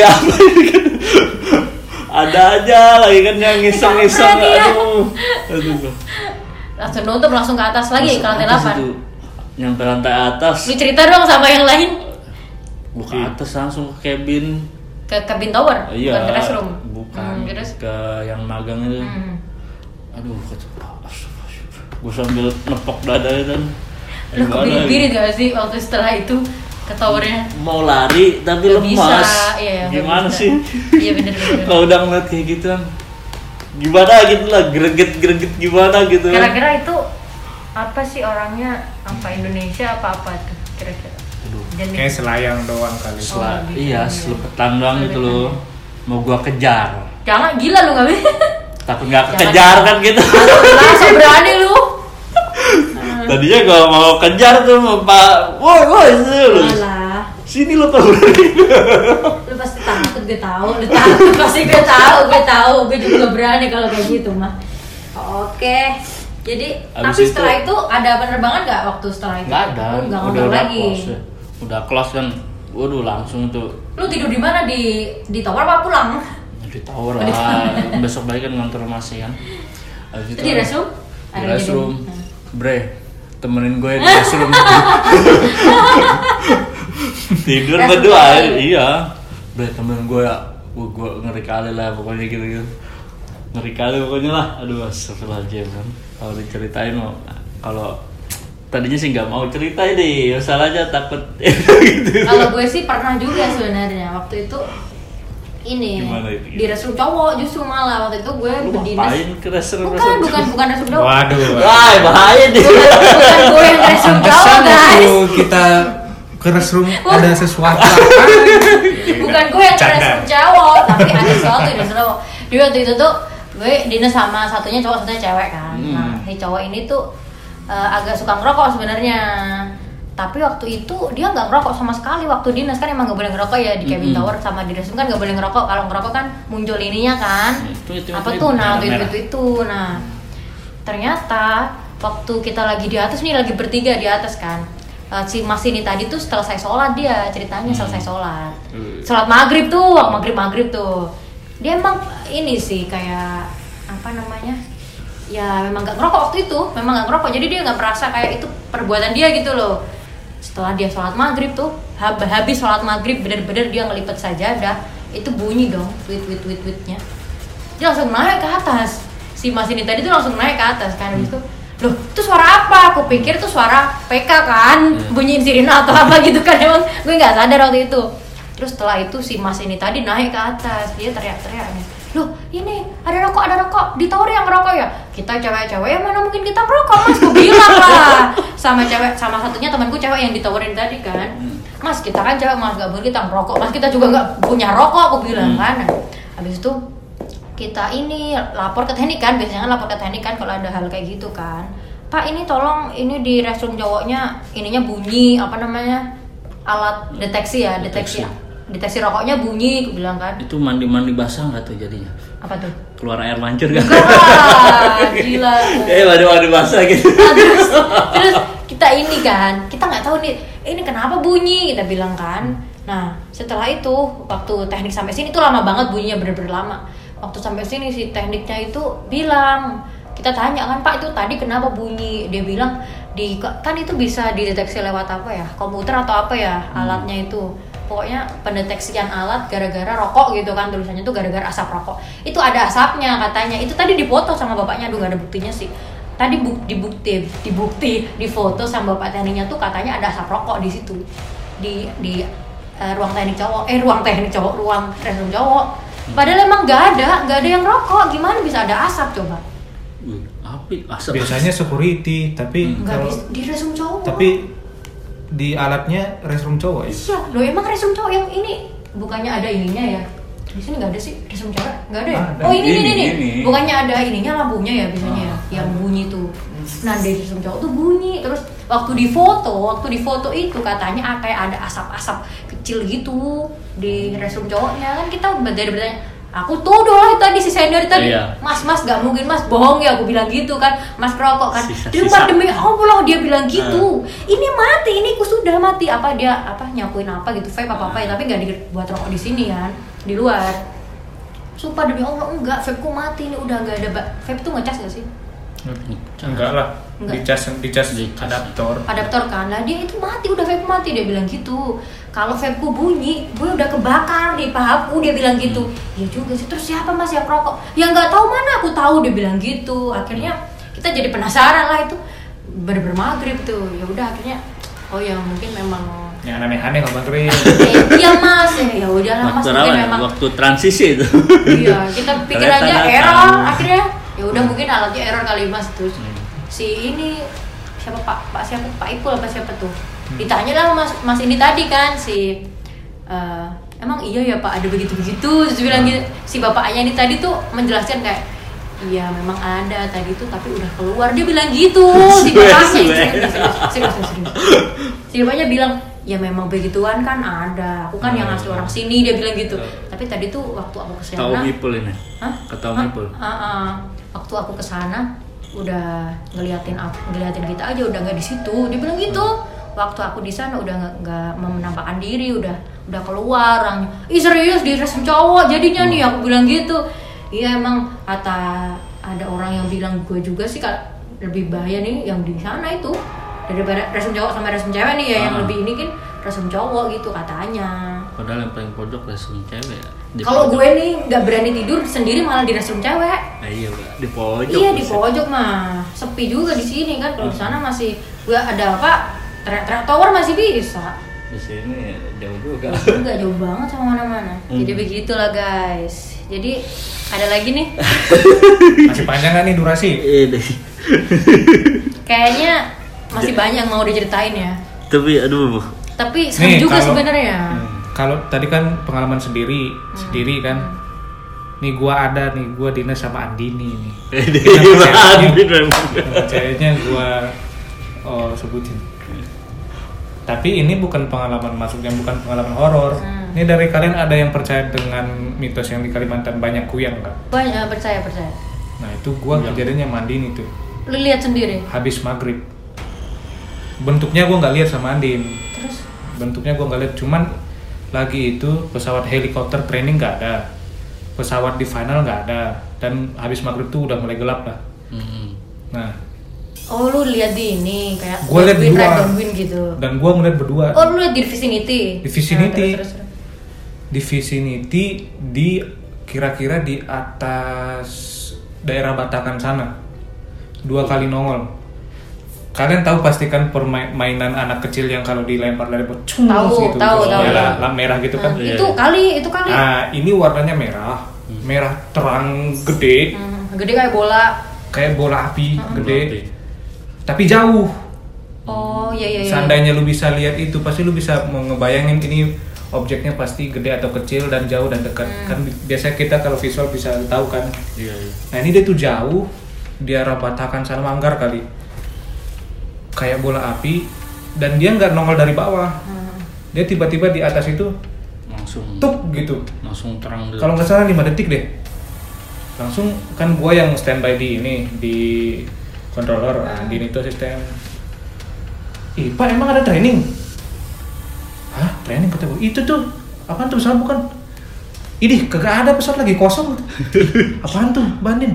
Ada aja lagi kan yang ngiseng-ngiseng. Aduh. Langsung nutup, langsung ke atas lagi, ke lantai 8. Nyampe lantai atas. Lu cerita dong sama yang lain. Buka atas langsung ke cabin. Ke cabin tower? Iya. Bukan ke restroom? Bukan. Terus? Ke yang magang itu. Aduh, gue sambil nepok dada itu. Lu kebirit-birit gak sih waktu setelah itu ke towernya? Mau lari tapi Gak lemas. bisa. Iya, gimana bisa. sih? Iya bener. Kalau udah ngeliat kayak gitu kan, gimana gitu lah, greget gimana gitu. Kira-kira itu apa sih orangnya? Apa Indonesia apa tuh kira-kira? Kayak selayang doang kali. Iya, selepetan doang gitu loh. Mau gua kejar. Jangan, gila lu gak bisa. Takut gak kekejar kan gitu. Langsung berani lu. Tadinya gua mau kejar tuh sama Pak. Woi, sini lo kalau berani. Lu pasti takut, gue tahu. Lu takut pasti gue tahu. Gue juga gak berani kalau kayak gitu mah. Oke. Jadi, tapi setelah itu ada penerbangan gak waktu setelah itu? Gak ada. Gak ngobrol lagi. Udah close kan. Waduh, langsung tuh. Lu tidur di mana, di tower apa pulang? Di tower lah. Besok balik kan ngantor masih kan. Itu di restroom? Di restroom. Bre, temenin gue di restroom. Tidur berdua. Iya. Bre, temenin gue ya. Gue ngeri kali lah pokoknya gitu. Ngeri kali pokoknya lah. Aduh, astagfirullahaladzim kan. Kalau diceritain mau, kalau tadinya sih nggak mau ceritain deh, salah aja takut. Gitu. Kalau gue sih pernah juga sebenarnya waktu itu ini di restroom cowok justru malah waktu itu gue berdinas. Ngapain ke restroom? Bukan restroom cowok. Waduh. Wah, bahaya deh. Bukan gue yang ke restroom cowok guys. Kita ke restroom ada sesuatu. Bukan gue yang ke restroom cowok, tapi ada sesuatu di restroom cowok. Jadi waktu itu tuh gue dinas sama satunya cowok, satunya cewek kan. Nah, si cowok ini tuh agak suka ngerokok sebenarnya. Tapi waktu itu dia nggak ngerokok sama sekali waktu dinas, kan emang nggak boleh ngerokok ya di cabin tower sama di restroom kan nggak boleh ngerokok. Kalau ngerokok kan muncul ininya kan. Itu. Nah, ternyata waktu kita lagi di atas nih, lagi bertiga di atas kan. Si Mas ini tadi tuh selesai sholat dia ceritanya selesai sholat maghrib tuh. Dia emang ini sih kayak apa namanya? Ya memang nggak ngerokok waktu itu, jadi dia nggak merasa kayak itu perbuatan dia gitu loh. Setelah dia sholat maghrib tuh, habis sholat maghrib bener-bener dia ngelipet sajadah, itu bunyi dong, tweet-nya. Dia langsung naik ke atas. Si Mas ini tadi tuh langsung naik ke atas kan, gitu. Loh, itu suara apa? Aku pikir itu suara PK kan, bunyiin sirine atau apa gitu kan, emang gue nggak sadar waktu itu. Terus setelah itu si Mas ini tadi naik ke atas, dia teriak-teriak nih. Loh, ini ada rokok di tower yang ngerokok ya? Kita cewek-cewek ya mana mungkin kita ngerokok mas, gue bilang lah sama satunya temanku cewek yang ditawarin tadi kan. Mas kita kan cewek mas, gak boleh kita ngerokok, mas kita juga gak punya rokok, aku bilang kan. Nah, habis itu kita ini lapor ke teknik kan, biasanya lapor ke teknik kan kalau ada hal kayak gitu kan. Pak ini tolong ini di restroom cowoknya ininya bunyi apa namanya, alat deteksi deteksi rokoknya bunyi, aku bilang kan. Itu mandi basah nggak tuh jadinya? Apa tuh? Keluar air mancur kan? Gila. Mandi basah gitu. Nah, terus kita ini kan, kita nggak tahu nih, ini kenapa bunyi, kita bilang kan. Nah setelah itu waktu teknik sampai sini tuh lama banget bunyinya, bener-bener lama. Waktu sampai sini si tekniknya itu bilang, kita tanya kan Pak itu tadi kenapa bunyi, dia bilang kan itu bisa dideteksi lewat apa ya, komputer atau apa ya alatnya itu. Pokoknya pendeteksian alat gara-gara rokok gitu kan, tulisannya tuh gara-gara asap rokok. Itu ada asapnya katanya. Itu tadi difoto sama bapaknya, aduh gak ada buktinya sih. Tadi di foto sama bapak tekniknya tuh katanya ada asap rokok di situ. Di ruang restroom cowok. Padahal emang gak ada yang rokok. Gimana bisa ada asap coba? Asap. Biasanya security, tapi nggak bisa di restroom cowok. Tapi di alatnya restroom cowok ya? Iya, loh emang restroom cowok yang ini bukannya ada ininya ya? Di sini nggak ada sih restroom cowok, nggak ada ya? Oh ini. Bukannya ada ininya lampunya ya biasanya ya, yang bunyi tuh. Nah di restroom cowok tuh bunyi, terus waktu di foto itu katanya kayak ada asap-asap kecil kecil gitu di restroom cowoknya. Kan kita dari bertanya, aku tuduh lah tadi si senior tadi, Iya. mas gak mungkin mas, bohong ya, aku bilang gitu kan, mas perokok kan, Sisa-sisa. demi Allah dia bilang gitu, ini mati, ini ku sudah mati, apa dia apa nyapuin apa gitu, vape apa ya, tapi nggak dibuat rokok di sini kan, di luar. Sumpah demi Allah enggak, vape ku mati, ini udah nggak ada vape tuh ngecas gak sih? Enggak lah, Enggak. dicas adaptor Kan, lah dia itu mati, udah vape mati, dia bilang gitu. Kalau vapeku bunyi, gue udah kebakar di pahaku, dia bilang gitu. Ya juga sih, terus siapa mas yang rokok? Ya nggak tahu, mana aku tahu, dia bilang gitu. Akhirnya kita jadi penasaran lah, itu bener-bener maghrib tuh. Ya udah akhirnya, oh ya mungkin memang yang aneh-aneh nggak maghrib. iya mas, ya udahlah mas, Waktu mungkin apa? memang Waktu transisi itu. iya, kita pikir Ternyata aja datang. error, akhirnya ya udah mungkin alatnya error kali mas. Terus si ini siapa siapa Pak Ipul apa siapa tuh, ditanya lah mas ini tadi kan si emang iya ya Pak ada begitu terus bilang gitu. Si bapaknya ini tadi tuh menjelaskan kayak iya memang ada tadi tuh tapi udah keluar, dia bilang gitu. Si bapaknya serius. Si bapaknya bilang ya memang begituan kan ada, aku kan yang ngasih orang sini, dia bilang gitu. Tapi tadi tuh waktu aku kesana, Tahu Mipul ini. hah? Kata Hah? Mipul. Waktu aku kesana udah ngeliatin kita aja, udah nggak di situ, dia bilang gitu. Waktu aku di sana udah nggak menampakkan diri, udah keluar orangnya. Ih serius di restroom cowok jadinya nih, aku bilang gitu. Iya emang kata ada orang yang bilang gue juga sih lebih bahaya nih yang di sana itu daripada restroom cowok sama restroom cewek nih ya, yang lebih ini kan restroom cowok gitu katanya. Padahal yang paling pojok restroom cewek ya. Di Kalau pojok. gue nih nggak berani tidur sendiri malah di restroom cewek. Iya, Mbak. Di pojok. Iya di buset. pojok mah sepi juga di sini kan. Kalau di sana masih gue ada apa teriak-teriak tower masih bisa. Di sini jauh juga. Enggak jauh banget sama mana-mana. Jadi begitulah guys. Jadi ada lagi nih. Masih panjang nggak nih durasi? Deh. Kayaknya masih banyak mau diceritain ya. Tapi aduh, Bu. Tapi seru Nih, juga kalau- sebenarnya. Kalau tadi kan pengalaman sendiri kan. Nih gua ada nih, gua dinas sama Andini nih. Ceweknya gua sebutin. Tapi ini bukan pengalaman masuknya, bukan pengalaman horor. Ini dari kalian ada yang percaya dengan mitos yang di Kalimantan banyak kuyang nggak? Banyak percaya. Nah itu gua kejadiannya sama Andin itu Lu lihat sendiri. habis maghrib. Bentuknya gua nggak lihat sama Andin. Terus Bentuknya gua nggak lihat, cuman lagi itu pesawat helikopter training nggak ada, pesawat di final nggak ada, dan habis maghrib tuh udah mulai gelap lah. Nah oh lu lihat di ini kayak Gua lihat Downwind, dua. Red Downwind gitu. dan gua ngeliat berdua. Oh lu lihat di Vicinity. Di Vicinity. Nah, terus. Di Vicinity di kira-kira di atas daerah Batakan sana, 2 kali nongol. Kalian tahu pastikan permainan anak kecil yang kalau dilempar cung Tahu, gitu, tahu. lampu merah gitu kan. Nah, itu kali. Nah ini warnanya merah terang gede, Gede kayak bola. kayak bola api gede, Berarti. tapi jauh. Oh iya. Seandainya lu bisa lihat itu, pasti lu bisa mau ngebayangin ini objeknya pasti gede atau kecil dan jauh dan dekat. Kan biasanya kita kalau visual bisa tahu kan. Iya. Nah ini dia tuh jauh, di arah Batakan sana, Manggar kali, kayak bola api, dan dia nggak nongol dari bawah. Dia tiba-tiba di atas itu Langsung tuk gitu. langsung terang dulu. Kalau nggak salah 5 detik deh. Langsung kan gua yang standby di ini di controller, Andin itu asisten. Ih Pak emang ada training? Hah training kata gua? Itu tuh apaan tuh pesawat bukan? Idih kagak ada, pesawat lagi kosong. Apaan tuh Bandin?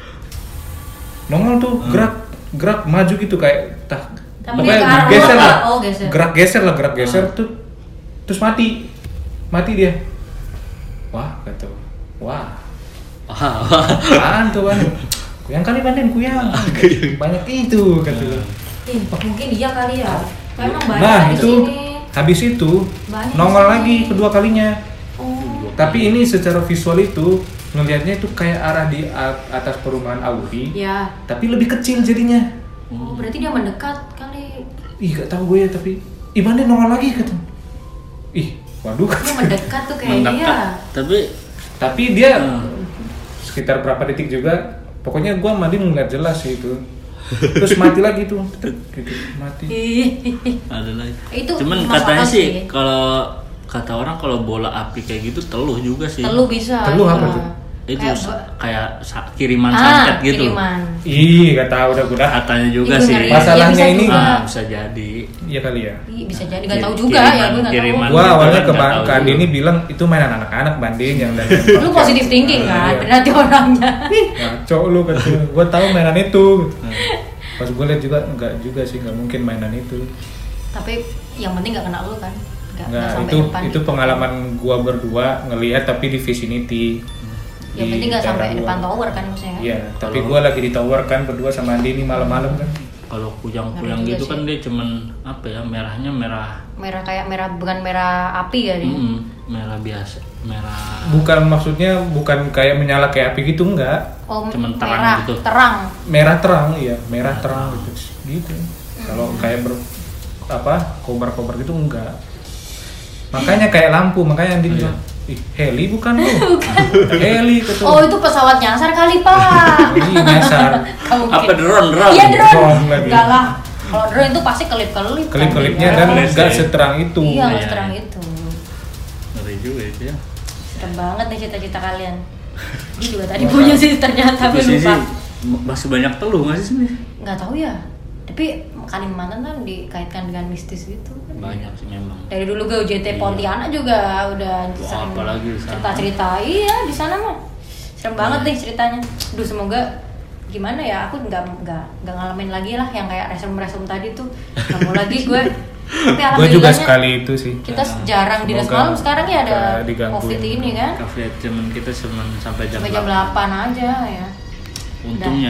Nongol tuh gerak maju gitu kayak Tapi pokoknya dia ke arah geser lu, lah. Pak. Oh, geser. Gerak geser tuh terus mati dia. Wah kata gua. Wah apaan tuh Bandin? Kuyang kali Bandin, kuyang. Banyak itu kata gua. Mungkin iya kali ya. Memang banyak Nah di itu sini. habis itu Banyak nongol sih. lagi kedua kalinya. Oh. Tapi ini secara visual itu ngelihatnya itu kayak arah di atas perumahan Audi, Ya. tapi lebih kecil jadinya. Oh, berarti dia mendekat kali. Ih gak tahu gue ya, tapi Bandin nongol lagi kata. Ih waduh Dia kata. mendekat tuh kayaknya ya. Tapi Tapi dia sekitar berapa detik juga, pokoknya gue mandi ngeliat jelas sih itu. Terus mati lagi tuh, gitu mati. Ih. ada lagi. Itu Cuman masuk katanya akal sih sih. kalau kata orang kalau bola api kayak gitu teluh juga sih. Teluh bisa. Teluh iya. apa tuh? Itu kayak kiriman santet gitu. Kiriman. Ih, gak tahu udah gue. Katanya juga Itu sih. ngeri. Masalahnya Ya, bisa ini juga. Bisa jadi. Iya kali ya. Iya, bisa jadi nggak tahu juga ya, gue nggak kiriman. tahu. Gua gitu awalnya kan, ke nggak tahu Kak juga. ini bilang itu mainan anak-anak Bandin yang dari Lu positif thinking kan, Iya. berarti orangnya. Ngaco lu katanya. Gua tahu mainan itu. Pas gue lihat juga enggak juga sih, enggak mungkin mainan itu. Tapi yang penting nggak kena lu kan. Nggak Enggak, sampai itu depan. itu pengalaman gua berdua ngelihat tapi di Vicinity. Yang Di penting nggak sampai daerah depan gua. tower kan maksudnya. Iya, tapi gua lagi di tower kan berdua sama Andi ini malam-malam kan. Kalau kuyang-kuyang Ngeri juga gitu sih. kan dia cuman apa ya, merahnya merah. Merah kayak merah, bukan merah api ya dia. Merah biasa, merah. Bukan maksudnya bukan kayak menyala kayak api gitu enggak. Oh, Cuman terang merah, gitu. terang. Merah terang, iya, merah terang gitu. Gitu. Kalau kayak kobar-kobar gitu enggak. Makanya kayak lampu, makanya Andi bilang, "Ih, heli bukan lu." Heli itu. Oh, itu pesawat nyasar kali, Pak. Ini nyasar. Kamu Apa mungkin. drone? Iya, drone. Drone lagi. Enggak lah. Kalau drone itu pasti kelip-kelip. kan, Kelip-kelipnya dia. dan Kelip enggak sih. seterang itu. Iya, nggak Iya, seterang iya. itu. Ngeri juga itu ya. Serem banget nih cita-cita kalian. Dia juga tadi punya sih ternyata, Tapi gue sih lupa. masih banyak teluh nggak sih sini? Nggak tahu ya. Tapi Kalimantan kan dikaitkan dengan mistis gitu. Banyak sih memang. Dari dulu gue UJT Pontianak juga udah Wah, sering apalagi di sana. cerita-cerita. Iya, di sana mah serem banget nih ceritanya. Duh, semoga gimana ya, aku nggak ngalamin lagi lah yang kayak resum tadi tuh. Nggak mau lagi gue. Tapi Gue juga alhamdulillahnya sekali itu sih. kita jarang dinas Semoga malam sekarang ya ada nggak digangguin. COVID ini kan. Kafe temen kita cuma sampai jam Sampai jam 8. 8 aja ya. Untung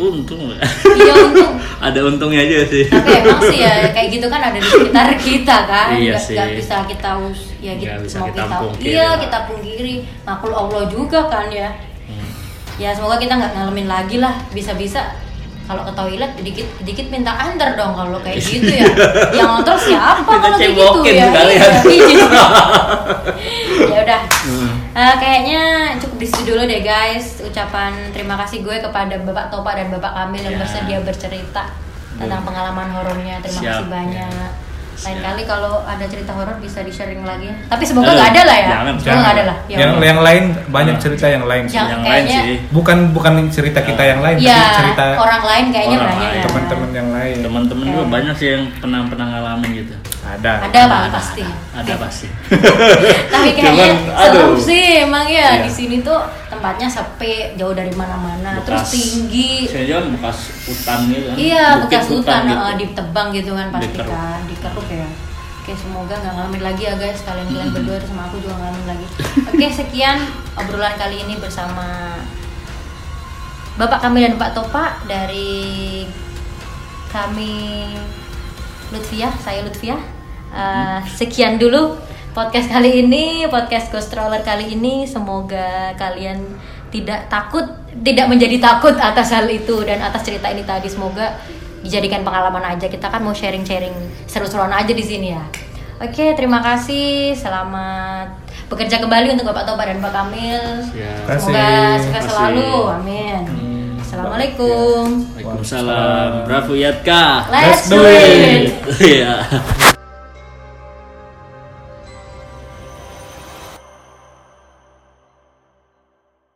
Iya, untung. ada untungnya aja sih. Tapi emang sih ya kayak gitu kan ada di sekitar kita kan. Iya Nggak sih. bisa kita ya Nggak gitu bisa mau kita kita pungkiri iya lah. kita pungkiri makhluk Allah juga kan ya. Hmm. Ya semoga kita nggak ngalamin lagi lah, bisa-bisa kalau ke toilet dikit minta antar dong kalau kayak gitu ya. Yang ngontrol siapa Kita kalau kayak gitu cebokin ya? sekalian. Iya. Ya udah. Kayaknya cukup di situ dulu deh guys. Ucapan terima kasih gue kepada Bapak Topa dan Bapak Kamil yang Ya. bersedia bercerita tentang pengalaman horornya. Terima Siap. kasih banyak. Lain Siap. kali kalau ada cerita horor bisa di-sharing lagi ya. Tapi semoga nggak ada lah ya. Jangan. Semoga nggak ada lah. Ya Yang Allah. yang lain banyak cerita yang lain sih. Yang Yang lain kayaknya- sih. Bukan cerita kita yang lain, Ya, tapi cerita orang lain kayaknya orang banyak lain. ya. teman-teman yang lain. Teman-teman juga Ya. banyak sih yang pernah ngalamin gitu. Ada. Bang, pasti. Ada pasti. Tapi kayaknya Cuman, serem aduh. sih emang ya. Iya. Di sini tuh tempatnya sepi, jauh dari mana-mana, terus tinggi. Saya juga bekas hutan gitu kan. Iya, Bukit bekas hutan gitu. ditebang gitu kan pasti Dikeruk. kan, dikeruk ya. Oke, semoga nggak ngalamin lagi ya guys. Kalian berdua sama aku juga ngalamin lagi. Oke, sekian obrolan kali ini bersama Bapak kami dan Pak Topa dari kami Lutfiah, saya Lutfiah. Sekian dulu podcast kali ini, podcast Ghost Stroller kali ini. Semoga kalian tidak menjadi takut atas hal itu dan atas cerita ini tadi. Semoga dijadikan pengalaman aja. Kita kan mau sharing-sharing seru-seruan aja di sini ya. Oke, terima kasih. Selamat bekerja kembali untuk Bapak Topa dan Pak Kamil. Siap. Semoga Kasih. sukses Kasih. selalu. Amin. Assalamualaikum. Waalaikumsalam. Bravo Yatka. Let's do do it. Iya.